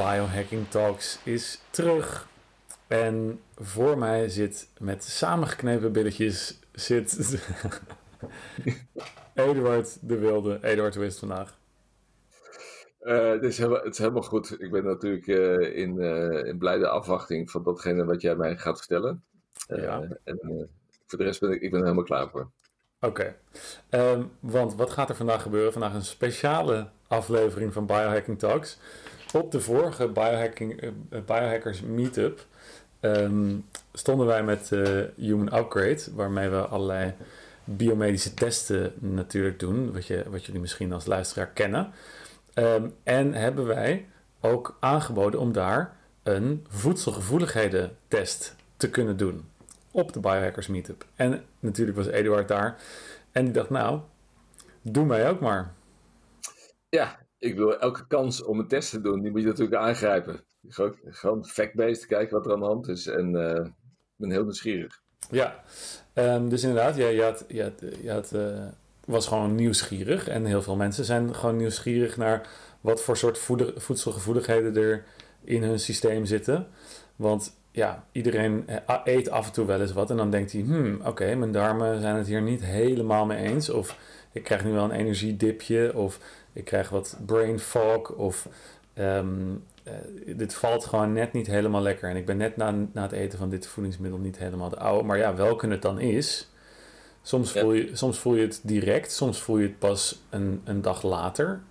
Biohacking Talks is terug. En voor mij zit met samengeknepen billetjes Eduard de Wilde. Eduard, hoe is het vandaag? Het is helemaal goed. Ik ben natuurlijk in blijde afwachting van datgene wat jij mij gaat vertellen. Ja. Voor de rest ben ik er helemaal klaar voor. Oké. Want wat gaat er vandaag gebeuren? Vandaag een speciale aflevering van Biohacking Talks. Op de vorige Biohackers Meetup stonden wij met Human Upgrade, waarmee we allerlei biomedische testen natuurlijk doen, wat jullie misschien als luisteraar kennen. En hebben wij ook aangeboden om daar een voedselgevoeligheden test te kunnen doen op de Biohackers Meetup. En natuurlijk was Eduard daar en die dacht, nou, doe mij ook maar. Ja, ik wil elke kans om een test te doen, die moet je natuurlijk aangrijpen. Gewoon fact-based kijken wat er aan de hand is en ik ben heel nieuwsgierig. Ja, dus inderdaad, je was gewoon nieuwsgierig. En heel veel mensen zijn gewoon nieuwsgierig naar wat voor soort voedselgevoeligheden er in hun systeem zitten. Want ja, iedereen eet af en toe wel eens wat. En dan denkt hij, oké, mijn darmen zijn het hier niet helemaal mee eens. Of ik krijg nu wel een energiedipje. Of ik krijg wat brain fog. Of dit valt gewoon net niet helemaal lekker. En ik ben net na het eten van dit voedingsmiddel niet helemaal de oude. Maar ja, welke het dan is. Soms voel je het direct. Soms voel je het pas een dag later.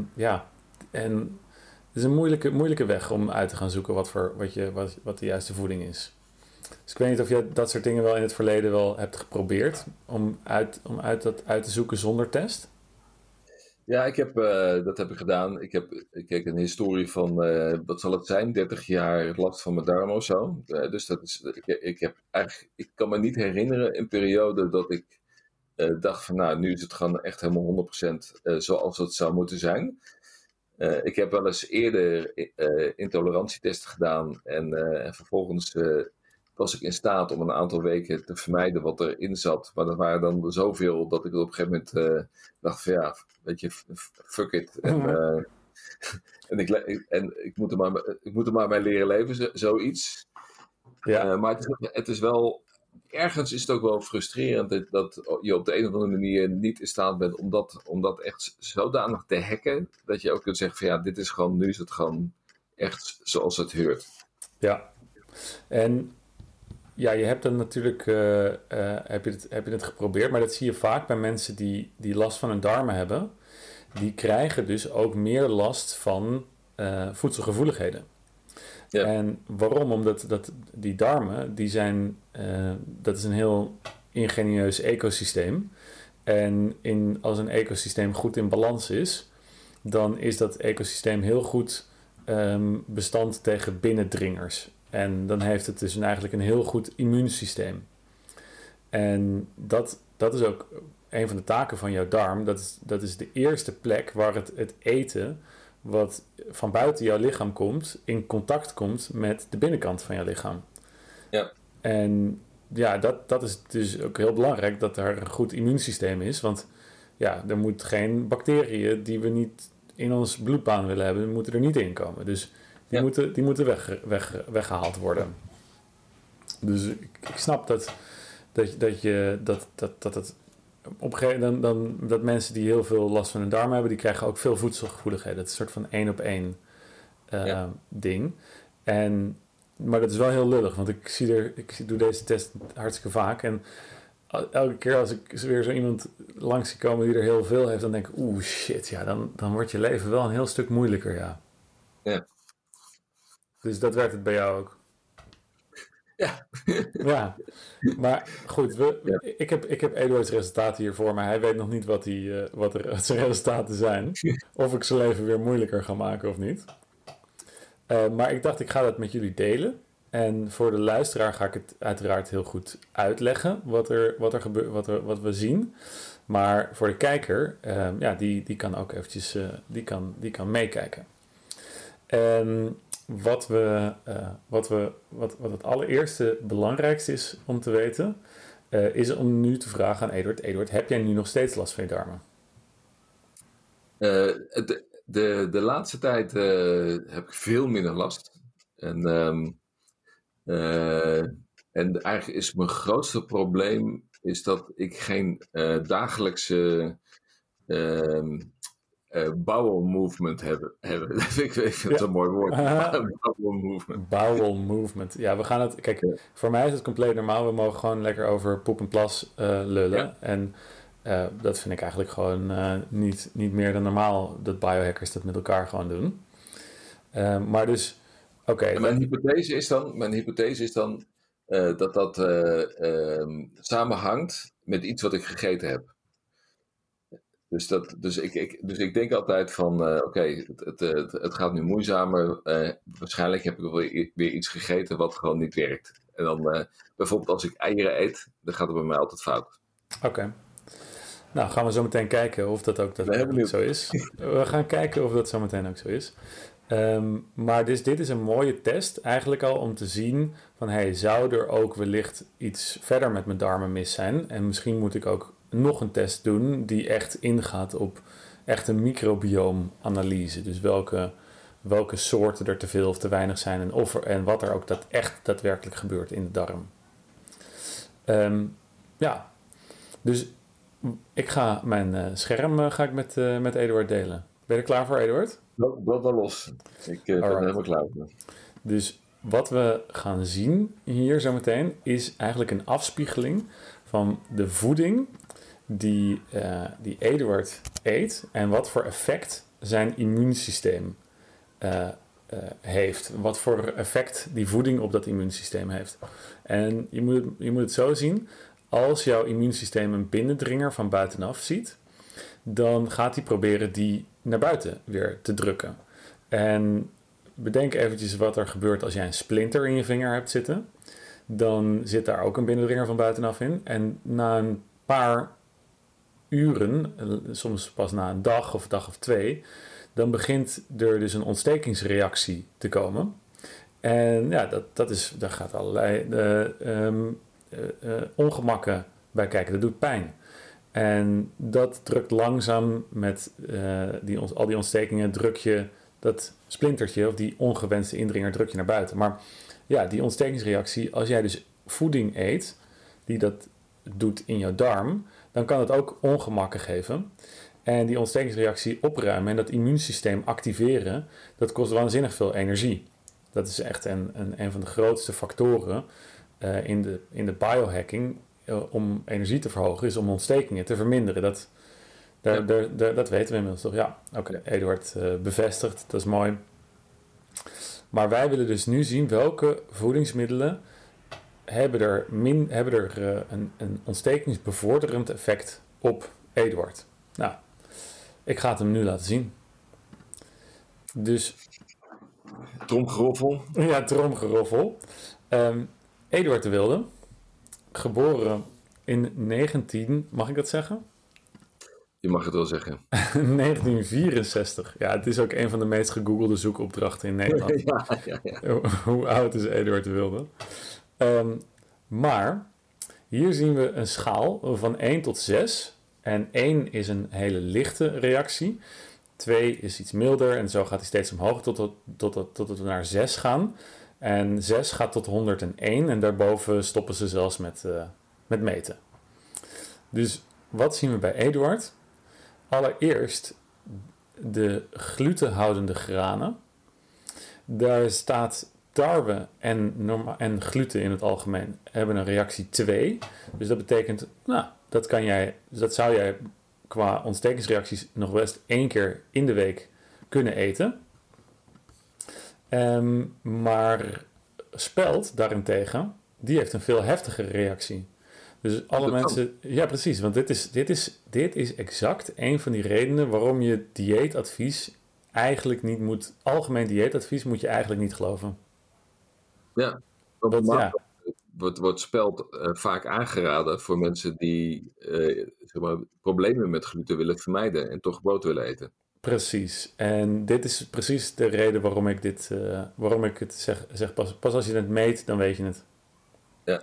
En het is een moeilijke weg om uit te gaan zoeken wat de juiste voeding is. Dus ik weet niet of je dat soort dingen wel in het verleden wel hebt geprobeerd. Om uit te zoeken zonder test. Ja, dat heb ik gedaan. Ik heb een historie van, wat zal het zijn, 30 jaar last van mijn darmen of zo. Dus dat is, ik kan me niet herinneren een periode dat ik dacht van, nou, nu is het gewoon echt helemaal 100% zoals het zou moeten zijn. Ik heb wel eens eerder intolerantietesten gedaan en vervolgens was ik in staat om een aantal weken te vermijden wat erin zat. Maar dat waren dan zoveel dat ik op een gegeven moment dacht van ja, weet je, fuck it. En ik moet er maar mee leren leven, zoiets. Ja. Maar het is wel, ergens is het ook wel frustrerend dat je op de een of andere manier niet in staat bent om dat echt zodanig te hacken, dat je ook kunt zeggen van ja, nu is het gewoon echt zoals het hoort. Ja. En ja, je hebt dan natuurlijk heb je het geprobeerd, maar dat zie je vaak bij mensen die last van hun darmen hebben. Die krijgen dus ook meer last van voedselgevoeligheden. Ja. En waarom? Omdat die darmen, dat is een heel ingenieus ecosysteem. En als een ecosysteem goed in balans is, dan is dat ecosysteem heel goed bestand tegen binnendringers. En dan heeft het dus eigenlijk een heel goed immuunsysteem. En dat is ook een van de taken van jouw darm. Dat is de eerste plek waar het eten wat van buiten jouw lichaam komt, in contact komt met de binnenkant van jouw lichaam. Ja. En ja, dat is dus ook heel belangrijk dat er een goed immuunsysteem is. Want ja, er moet geen bacteriën die we niet in ons bloedbaan willen hebben, moeten er niet in komen. Dus die moeten weggehaald worden. Dus ik snap dat dat mensen die heel veel last van hun darmen hebben, die krijgen ook veel voedselgevoeligheden. Dat is een soort van 1-op-1 ding. Maar dat is wel heel lullig, want ik doe deze test hartstikke vaak. En elke keer als ik weer zo iemand langs zie komen die er heel veel heeft, dan denk ik, shit, ja, dan wordt je leven wel een heel stuk moeilijker, ja. Ja. Dus dat werkt het bij jou ook. Ja. Ja, maar goed, ik heb Eduard's resultaten hier voor me. Hij weet nog niet wat zijn resultaten zijn. Of ik zijn leven weer moeilijker ga maken of niet. Maar ik dacht, ik ga dat met jullie delen. En voor de luisteraar ga ik het uiteraard heel goed uitleggen wat er gebeurt, wat we zien. Maar voor de kijker, die kan ook eventjes die kan meekijken. Wat het allereerste belangrijkste is om te weten, is om nu te vragen aan Eduard. Eduard, heb jij nu nog steeds last van je darmen? De laatste tijd heb ik veel minder last. En, uh, en eigenlijk is mijn grootste probleem is dat ik geen dagelijkse bowel movement heb. Ik vind het een mooi woord. Bowel movement. Bowel movement. Ja, we gaan het... Kijk, voor mij is het compleet normaal. We mogen gewoon lekker over poep en plas lullen. Ja. En dat vind ik eigenlijk gewoon niet meer dan normaal dat biohackers dat met elkaar gewoon doen. Maar dus... Oké. Mijn hypothese is dan dat samenhangt met iets wat ik gegeten heb. Dus ik denk altijd van, het gaat nu moeizamer. Waarschijnlijk heb ik weer iets gegeten wat gewoon niet werkt. En dan bijvoorbeeld als ik eieren eet, dan gaat het bij mij altijd fout. Oké. Nou, gaan we zo meteen kijken of dat ook zo is. We gaan kijken of dat zo meteen ook zo is. Maar dus dit is een mooie test eigenlijk al om te zien van zou er ook wellicht iets verder met mijn darmen mis zijn? En misschien moet ik ook nog een test doen die echt ingaat op echt een microbioomanalyse. Dus welke soorten er te veel of te weinig zijn en wat er ook echt daadwerkelijk gebeurt in de darm. Dus ik ga mijn scherm met Eduard delen. Ben je er klaar voor, Eduard? Blad dan los. Ik ben er helemaal klaar voor. Dus wat we gaan zien hier zometeen is eigenlijk een afspiegeling van de voeding die Eduard eet en wat voor effect zijn immuunsysteem heeft. Wat voor effect die voeding op dat immuunsysteem heeft. En je moet het zo zien, als jouw immuunsysteem een binnendringer van buitenaf ziet, dan gaat hij proberen die naar buiten weer te drukken. En bedenk eventjes wat er gebeurt als jij een splinter in je vinger hebt zitten. Dan zit daar ook een binnendringer van buitenaf in. En na een paar uren, soms pas na een dag of 2, dan begint er dus een ontstekingsreactie te komen. En ja, daar gaat allerlei ongemakken bij kijken. Dat doet pijn. En dat drukt langzaam met al die ontstekingen, druk je dat splintertje of die ongewenste indringer druk je naar buiten. Maar ja, die ontstekingsreactie, als jij dus voeding eet die dat doet in jouw darm, dan kan het ook ongemakken geven. En die ontstekingsreactie opruimen en dat immuunsysteem activeren, dat kost waanzinnig veel energie. Dat is echt een van de grootste factoren in de biohacking om energie te verhogen, is om ontstekingen te verminderen. Dat weten we inmiddels toch? Ja, oké. Eduard bevestigt, dat is mooi. Maar wij willen dus nu zien welke voedingsmiddelen hebben er een ontstekingsbevorderend effect op Eduard. Nou, ik ga het hem nu laten zien. Dus... Tromgeroffel. Ja, tromgeroffel. Eduard de Wilde, geboren in 19... Mag ik dat zeggen? Je mag het wel zeggen. 1964. Ja, het is ook een van de meest gegoogelde zoekopdrachten in Nederland. Ja. Hoe oud is Eduard de Wilde? Maar hier zien we een schaal van 1 tot 6. En 1 is een hele lichte reactie. 2 is iets milder en zo gaat hij steeds omhoog tot we naar 6 gaan. En 6 gaat tot 101 en daarboven stoppen ze zelfs met meten. Dus wat zien we bij Eduard? Allereerst de glutenhoudende granen. Daar staat tarwe en gluten in het algemeen hebben een reactie 2. Dus dat betekent, dat zou jij qua ontstekingsreacties nog best 1 keer in de week kunnen eten. Maar spelt daarentegen, die heeft een veel heftigere reactie. Dus alle mensen... Ja, precies. Want dit is exact een van die redenen waarom je dieetadvies eigenlijk niet moet... Algemeen dieetadvies moet je eigenlijk niet geloven. Ja, wordt spelt vaak aangeraden voor mensen die problemen met gluten willen vermijden en toch brood willen eten. Precies. En dit is precies de reden waarom ik het zeg. Pas als je het meet, dan weet je het. Ja.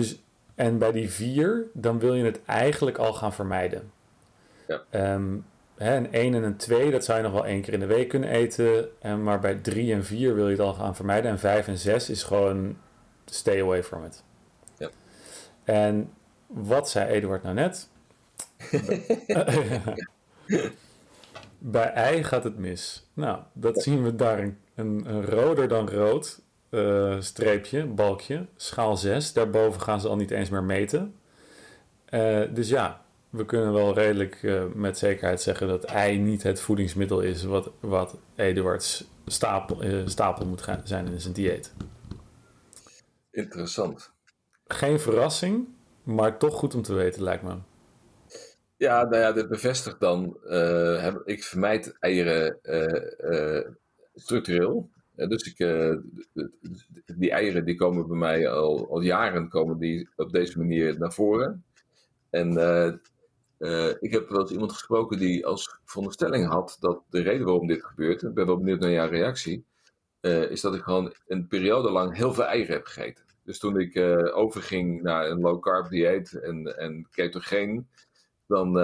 En bij die 4, dan wil je het eigenlijk al gaan vermijden. Ja. een 1 en een 2, dat zou je nog wel 1 keer in de week kunnen eten. Maar bij 3 en 4 wil je het al gaan vermijden. En 5 en 6 is gewoon stay away from it. Ja. En wat zei Eduard nou net? Bij ei gaat het mis. Nou, dat zien we daar een roder dan rood streepje, balkje, schaal 6. Daarboven gaan ze al niet eens meer meten. Dus ja, we kunnen wel redelijk met zekerheid zeggen dat ei niet het voedingsmiddel is wat Eduards stapel moet zijn in zijn dieet. Interessant. Geen verrassing, maar toch goed om te weten, lijkt me. Ja, nou ja, dit bevestigt dan. Ik vermijd eieren structureel. Dus die eieren die komen bij mij al jaren komen die op deze manier naar voren. En ik heb wel eens iemand gesproken die als veronderstelling had dat de reden waarom dit gebeurt, ik ben wel benieuwd naar jouw reactie, is dat ik gewoon een periode lang heel veel eieren heb gegeten. Dus toen ik overging naar een low carb dieet en ketogeen, dan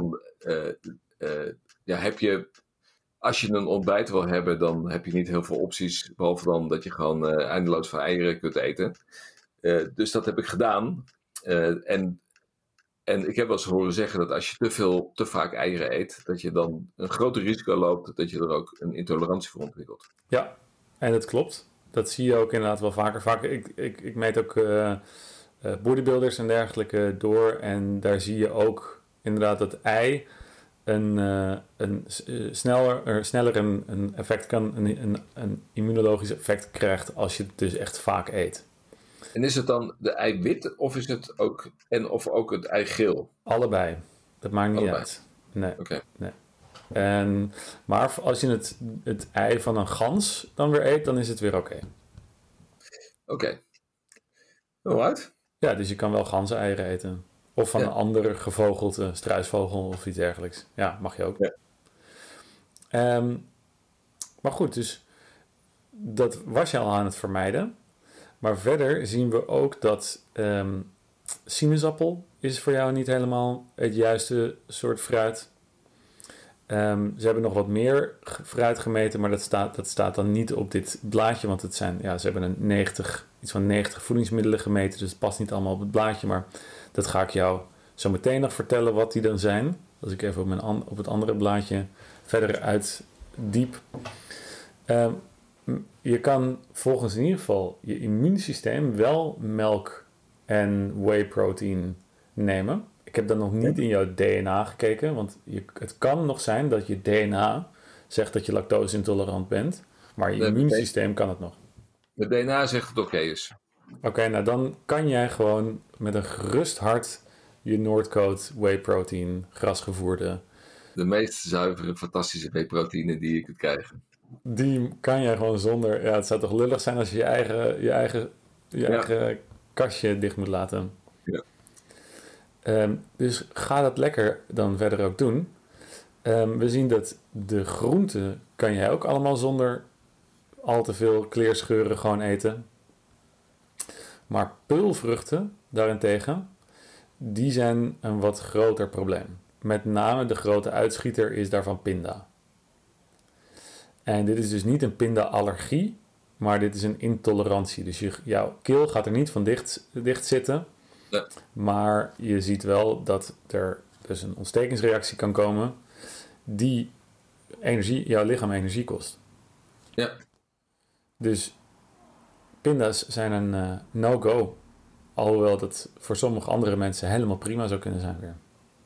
heb je, als je een ontbijt wil hebben, dan heb je niet heel veel opties, behalve dan dat je gewoon eindeloos van eieren kunt eten. Dus dat heb ik gedaan. En ik heb wel eens horen zeggen dat als je te vaak eieren eet, dat je dan een groter risico loopt dat je er ook een intolerantie voor ontwikkelt. Ja, en dat klopt. Dat zie je ook inderdaad wel vaker. Ik meet ook bodybuilders en dergelijke door. En daar zie je ook inderdaad dat ei sneller een effect kan, een immunologisch effect krijgt als je het dus echt vaak eet. En is het dan de eiwit of is het ook, of ook het eigeel? Allebei. Dat maakt niet uit. Nee. Okay. Nee. Maar als je het ei van een gans dan weer eet, dan is het weer oké. Oké. Alright. Ja, dus je kan wel ganzeneieren eten. Of van een andere gevogelte, struisvogel of iets dergelijks. Ja, mag je ook. Ja. Maar goed, dus dat was je al aan het vermijden. Maar verder zien we ook dat sinaasappel is voor jou niet helemaal het juiste soort fruit. Ze hebben nog wat meer fruit gemeten, maar dat staat dan niet op dit blaadje. Want ze hebben iets van 90 voedingsmiddelen gemeten, dus het past niet allemaal op het blaadje. Maar dat ga ik jou zo meteen nog vertellen wat die dan zijn. Als ik even op het andere blaadje verder uitdiep. Je kan volgens in ieder geval je immuunsysteem wel melk en whey protein nemen. Ik heb dan nog niet in jouw DNA gekeken, want het kan nog zijn dat je DNA zegt dat je lactose intolerant bent, maar je immuunsysteem kan het nog. Het DNA zegt het oké is. Oké, nou dan kan jij gewoon met een gerust hart je Noordcoat whey protein grasgevoerde. De meest zuivere, fantastische whey proteïne die je kunt krijgen. Die kan jij gewoon zonder. Ja, het zou toch lullig zijn als je je eigen kastje dicht moet laten. Ja. Dus ga dat lekker dan verder ook doen. We zien dat de groenten kan jij ook allemaal zonder al te veel kleerscheuren gewoon eten. Maar peulvruchten daarentegen, die zijn een wat groter probleem. Met name de grote uitschieter is daarvan pinda. En dit is dus niet een pinda-allergie, maar dit is een intolerantie. Dus jouw keel gaat er niet van dicht zitten. Ja. Maar je ziet wel dat er dus een ontstekingsreactie kan komen die jouw lichaam energie kost. Ja. Dus pinda's zijn een no-go. Alhoewel dat voor sommige andere mensen helemaal prima zou kunnen zijn weer.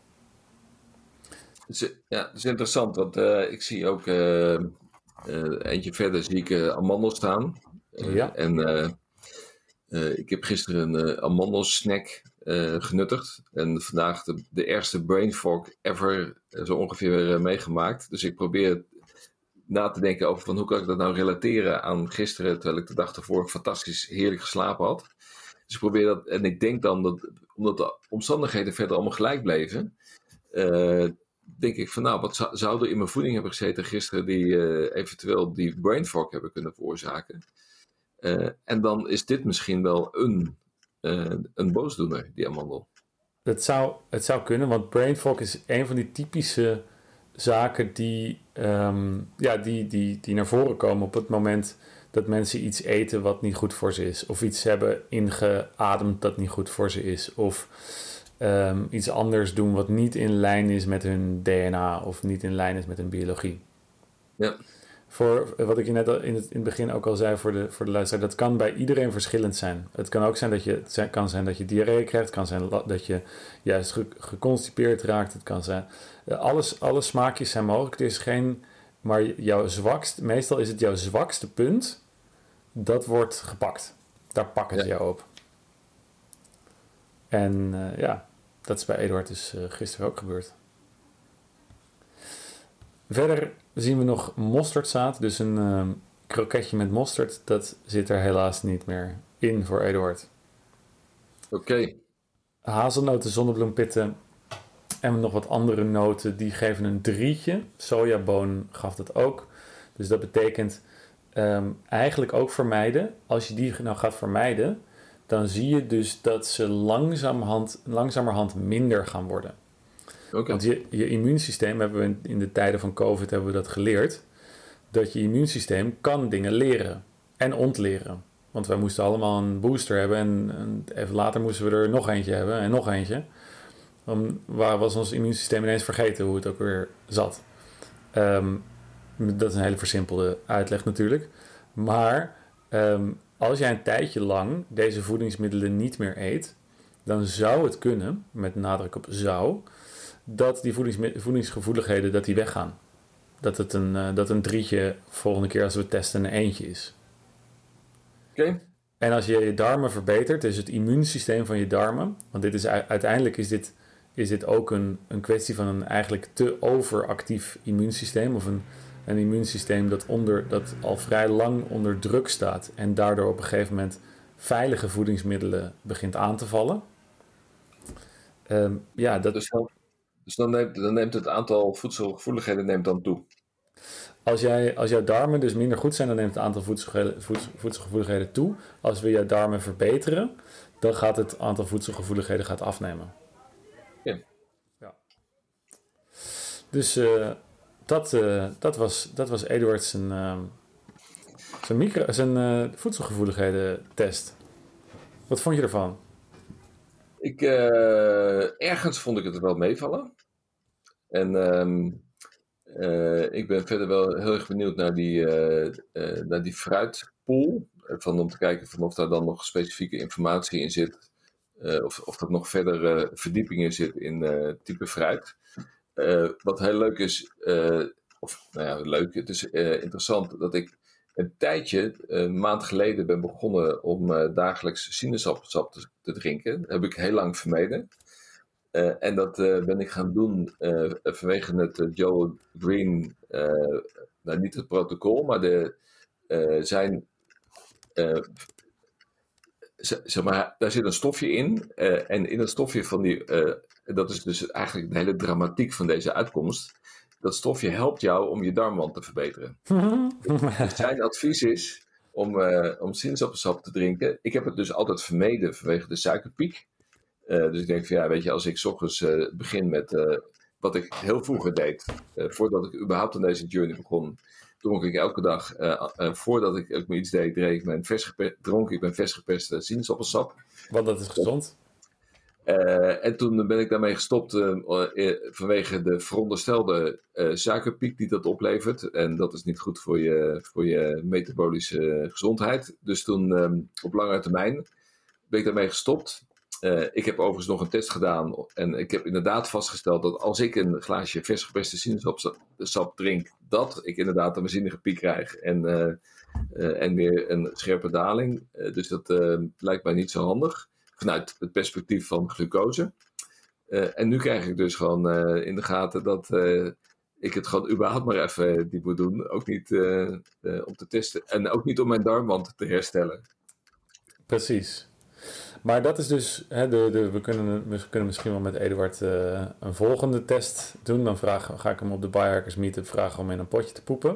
Ja, dat is interessant, want ik zie ook eentje verder zie ik amandel staan. En ik heb gisteren een amandelsnack genuttigd. En vandaag de ergste brain fog ever zo ongeveer meegemaakt. Dus ik probeer na te denken over van hoe kan ik dat nou relateren aan gisteren, terwijl ik de dag ervoor fantastisch heerlijk geslapen had. Dus ik probeer dat, en ik denk dan dat, omdat de omstandigheden verder allemaal gelijk bleven, denk ik van nou, wat zou er in mijn voeding hebben gezeten gisteren die eventueel die brain fog hebben kunnen veroorzaken. En dan is dit misschien wel een boosdoener, die amandel. Het zou kunnen, want brain fog is een van die typische zaken die naar voren komen op het moment dat mensen iets eten wat niet goed voor ze is. Of iets hebben ingeademd dat niet goed voor ze is. Of iets anders doen wat niet in lijn is met hun DNA of niet in lijn is met hun biologie. Ja. Voor wat ik je net in het begin ook al zei voor de luisteraar, dat kan bij iedereen verschillend zijn. Het kan ook zijn dat je diarree krijgt. Het kan zijn dat je juist geconstipeerd raakt. Het kan zijn... Alle smaakjes zijn mogelijk. Er is geen... Maar meestal is het jouw zwakste punt, dat wordt gepakt. Daar pakken ze jou op. En dat is bij Eduard dus gisteren ook gebeurd. Verder zien we nog mosterdzaad. Dus een kroketje met mosterd. Dat zit er helaas niet meer in voor Eduard. Oké. Hazelnoten, zonnebloempitten en nog wat andere noten. Die geven een 3'tje. Sojaboon gaf dat ook. Dus dat betekent eigenlijk ook vermijden. Als je die nou gaat vermijden, dan zie je dus dat ze langzamerhand minder gaan worden. Okay. Want je immuunsysteem, hebben we in de tijden van COVID hebben we dat geleerd, dat je immuunsysteem kan dingen leren en ontleren. Want wij moesten allemaal een booster hebben en even later moesten we er nog eentje hebben en nog eentje. Dan was ons immuunsysteem ineens vergeten hoe het ook weer zat. Dat is een hele versimpelde uitleg natuurlijk. Maar als jij een tijdje lang deze voedingsmiddelen niet meer eet, dan zou het kunnen, met nadruk op zou, dat die voedingsgevoeligheden dat die weggaan. Dat een 3'tje volgende keer als we testen een eentje is. Oké. En als je je darmen verbetert, dus het immuunsysteem van je darmen, want uiteindelijk is dit ook een kwestie van een eigenlijk te overactief immuunsysteem, of een immuunsysteem dat al vrij lang onder druk staat en daardoor op een gegeven moment veilige voedingsmiddelen begint aan te vallen. Dus dan neemt het aantal voedselgevoeligheden neemt dan toe. Als jouw darmen dus minder goed zijn, dan neemt het aantal voedselgevoeligheden toe. Als we jouw darmen verbeteren, dan gaat het aantal voedselgevoeligheden afnemen. Ja. Dus dat was Eduard zijn voedselgevoeligheden test. Wat vond je ervan? Ergens vond ik het wel meevallen. En ik ben verder wel heel erg benieuwd naar die fruitpool. Om te kijken of daar dan nog specifieke informatie in zit. Of er nog verder verdieping in zit in type fruit. Wat heel leuk is, het is interessant dat ik een tijdje, een maand geleden, ben begonnen om dagelijks sinaasappelsap te drinken. Dat heb ik heel lang vermeden. En dat ben ik gaan doen vanwege het Joe Green, niet het protocol, maar zijn... zeg maar, daar zit een stofje in. En in dat stofje van dat is dus eigenlijk de hele dramatiek van deze uitkomst. Dat stofje helpt jou om je darmwand te verbeteren. Dus zijn advies is om sinaasappelsap te drinken. Ik heb het dus altijd vermeden vanwege de suikerpiek. Dus ik denk van weet je, als ik 's ochtends begin met wat ik heel vroeger deed. Voordat ik überhaupt aan deze journey begon, dronk ik elke dag, voordat ik ook maar iets deed, dronk ik mijn vers geperste sinaasappelsap. Want dat is gezond. En toen ben ik daarmee gestopt vanwege de veronderstelde suikerpiek die dat oplevert. En dat is niet goed voor je metabolische gezondheid. Dus toen op lange termijn ben ik daarmee gestopt. Ik heb overigens nog een test gedaan en ik heb inderdaad vastgesteld dat als ik een glaasje vers geperste sinaasappelsap drink, dat ik inderdaad een waanzinnige piek krijg en weer een scherpe daling. Dus dat lijkt mij niet zo handig vanuit het perspectief van glucose. En nu krijg ik dus gewoon in de gaten dat ik het gewoon überhaupt maar even diep moet doen. Ook niet om te testen en ook niet om mijn darmwand te herstellen. Precies. Maar dat is dus, we kunnen misschien wel met Eduard een volgende test doen. Dan ga ik hem op de Biohackers Meetup vragen om in een potje te poepen.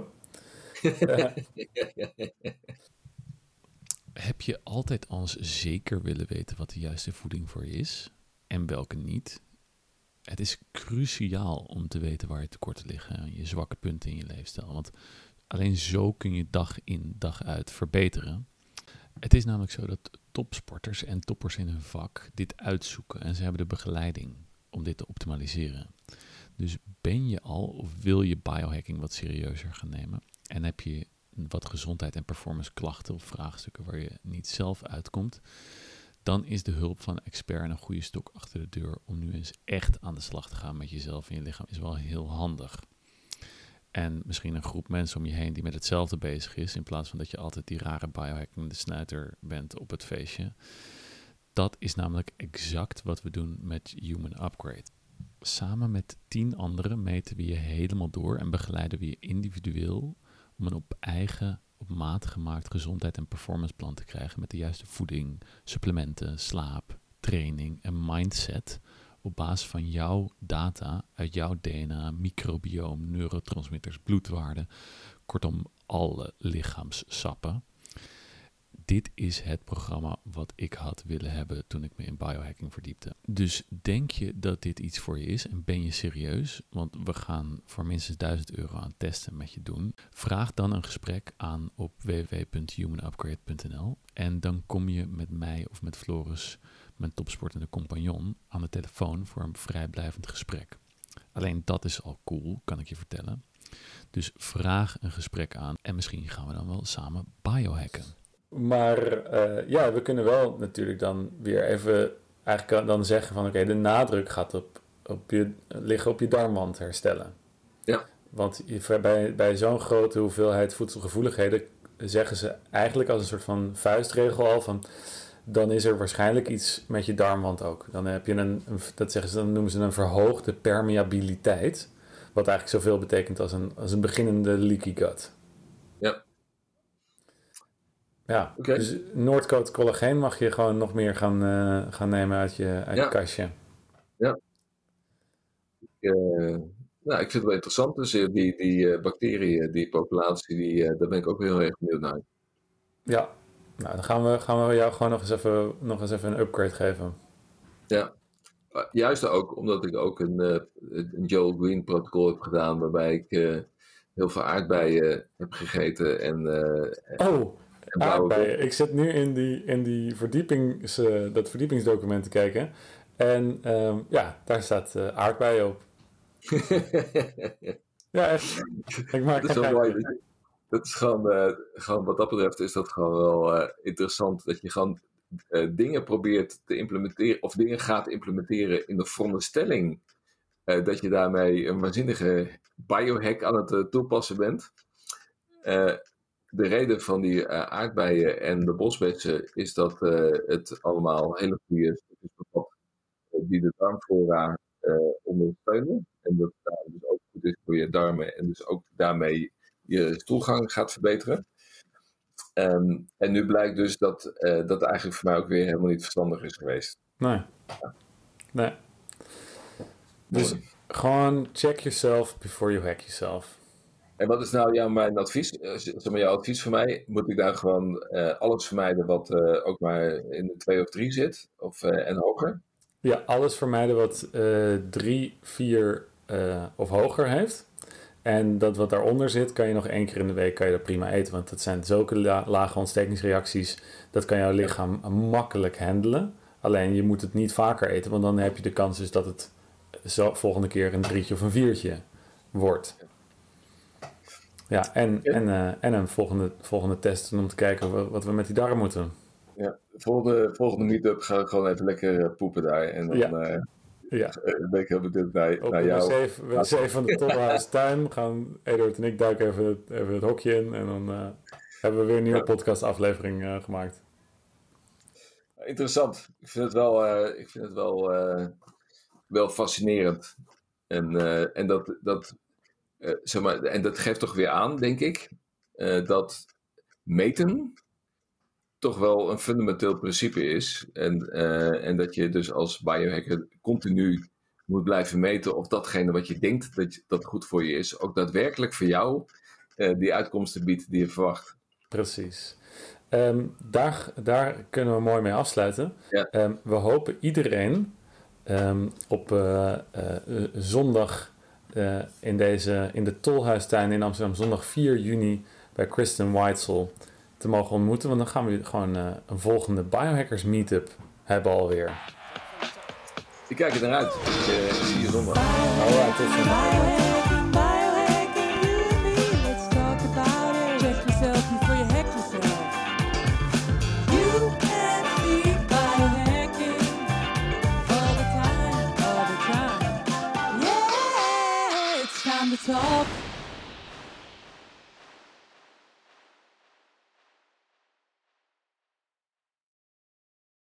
Heb je altijd als zeker willen weten wat de juiste voeding voor je is en welke niet? Het is cruciaal om te weten waar je tekorten liggen en je zwakke punten in je leefstijl. Want alleen zo kun je dag in dag uit verbeteren. Het is namelijk zo dat topsporters en toppers in hun vak dit uitzoeken en ze hebben de begeleiding om dit te optimaliseren. Dus ben je al of wil je biohacking wat serieuzer gaan nemen en heb je wat gezondheid en performance klachten of vraagstukken waar je niet zelf uitkomt, dan is de hulp van een expert een goede stok achter de deur om nu eens echt aan de slag te gaan met jezelf en je lichaam is wel heel handig. En misschien een groep mensen om je heen die met hetzelfde bezig is, in plaats van dat je altijd die rare biohacking de snuiter bent op het feestje. Dat is namelijk exact wat we doen met Human Upgrade. Samen met 10 anderen meten we je helemaal door en begeleiden we je individueel om een op maat gemaakt gezondheid- en performanceplan te krijgen met de juiste voeding, supplementen, slaap, training en mindset op basis van jouw data uit jouw DNA, microbioom, neurotransmitters, bloedwaarden, kortom alle lichaamssappen. Dit is het programma wat ik had willen hebben toen ik me in biohacking verdiepte. Dus denk je dat dit iets voor je is en ben je serieus? Want we gaan voor minstens €1000 aan testen met je doen. Vraag dan een gesprek aan op www.humanupgrade.nl en dan kom je met mij of met Floris, mijn topsportende compagnon, aan de telefoon voor een vrijblijvend gesprek. Alleen dat is al cool, kan ik je vertellen. Dus vraag een gesprek aan en misschien gaan we dan wel samen biohacken. Maar we kunnen wel natuurlijk dan weer even eigenlijk dan zeggen van oké, de nadruk gaat liggen op je darmwand herstellen. Ja. Want bij zo'n grote hoeveelheid voedselgevoeligheden zeggen ze eigenlijk als een soort van vuistregel al van dan is er waarschijnlijk iets met je darmwand ook. Dan heb je dat zeggen ze, dan noemen ze een verhoogde permeabiliteit. Wat eigenlijk zoveel betekent als een beginnende leaky gut. Ja. Ja, Okay. Dus Noordcoat collageen mag je gewoon nog meer gaan nemen uit je kastje. Ja. Ik vind het wel interessant. Dus die bacteriën, die populatie, daar ben ik ook heel erg benieuwd naar. Ja, nou dan gaan we jou gewoon nog eens even een upgrade geven. Ja, juist ook omdat ik ook een Joel Green protocol heb gedaan, waarbij ik heel veel aardbeien heb gegeten. Aardbeien. Ik zit nu in die dat verdiepingsdocument te kijken. En daar staat aardbeien op. Ja, echt. Dat is wel mooi. Dat is gewoon wat dat betreft is dat gewoon wel interessant. Dat je gewoon dingen probeert te implementeren of dingen gaat implementeren in de veronderstelling dat je daarmee een waanzinnige biohack aan het toepassen bent. De reden van die aardbeien en de bosbessen is dat het allemaal hele goede stukjes bevat die de darmflora ondersteunen. En dat het dus ook goed is voor je darmen en dus ook daarmee je stoelgang gaat verbeteren. En nu blijkt dus dat dat eigenlijk voor mij ook weer helemaal niet verstandig is geweest. Nee. Dus gewoon check yourself before you hack yourself. En wat is nou mijn advies? Jouw advies voor mij? Moet ik daar gewoon alles vermijden wat ook maar in de 2 of 3 zit? En hoger? Ja, alles vermijden wat 3, 4 of hoger heeft. En dat wat daaronder zit, kan je nog 1 keer in de week kan je dat prima eten. Want dat zijn zulke lage ontstekingsreacties. Dat kan jouw lichaam makkelijk handelen. Alleen je moet het niet vaker eten. Want dan heb je de kans dus dat het volgende keer een 3 of een 4 wordt. Ja, en een volgende test om te kijken wat we met die darm moeten. Ja, volgende meetup ga ik gewoon even lekker poepen daar. En dan ben ik heel benieuwd naar jou. We wc van de Tolhuis tuin gaan Eduard en ik duiken even het hokje in. En dan hebben we weer een nieuwe podcastaflevering gemaakt. Interessant. Ik vind het wel fascinerend. En dat geeft toch weer aan, denk ik, dat meten toch wel een fundamenteel principe is. En dat je dus als biohacker continu moet blijven meten of datgene wat je denkt dat goed voor je is, ook daadwerkelijk voor jou die uitkomsten biedt die je verwacht. Precies. Daar kunnen we mooi mee afsluiten. Ja. We hopen iedereen op zondag in de Tolhuistuin in Amsterdam, zondag 4 juni bij Kristen Weitzel te mogen ontmoeten. Want dan gaan we gewoon een volgende Biohackers Meetup hebben alweer. Ik kijk er naar uit. Ik zie je zondag. Alright, tot zondag. Talk.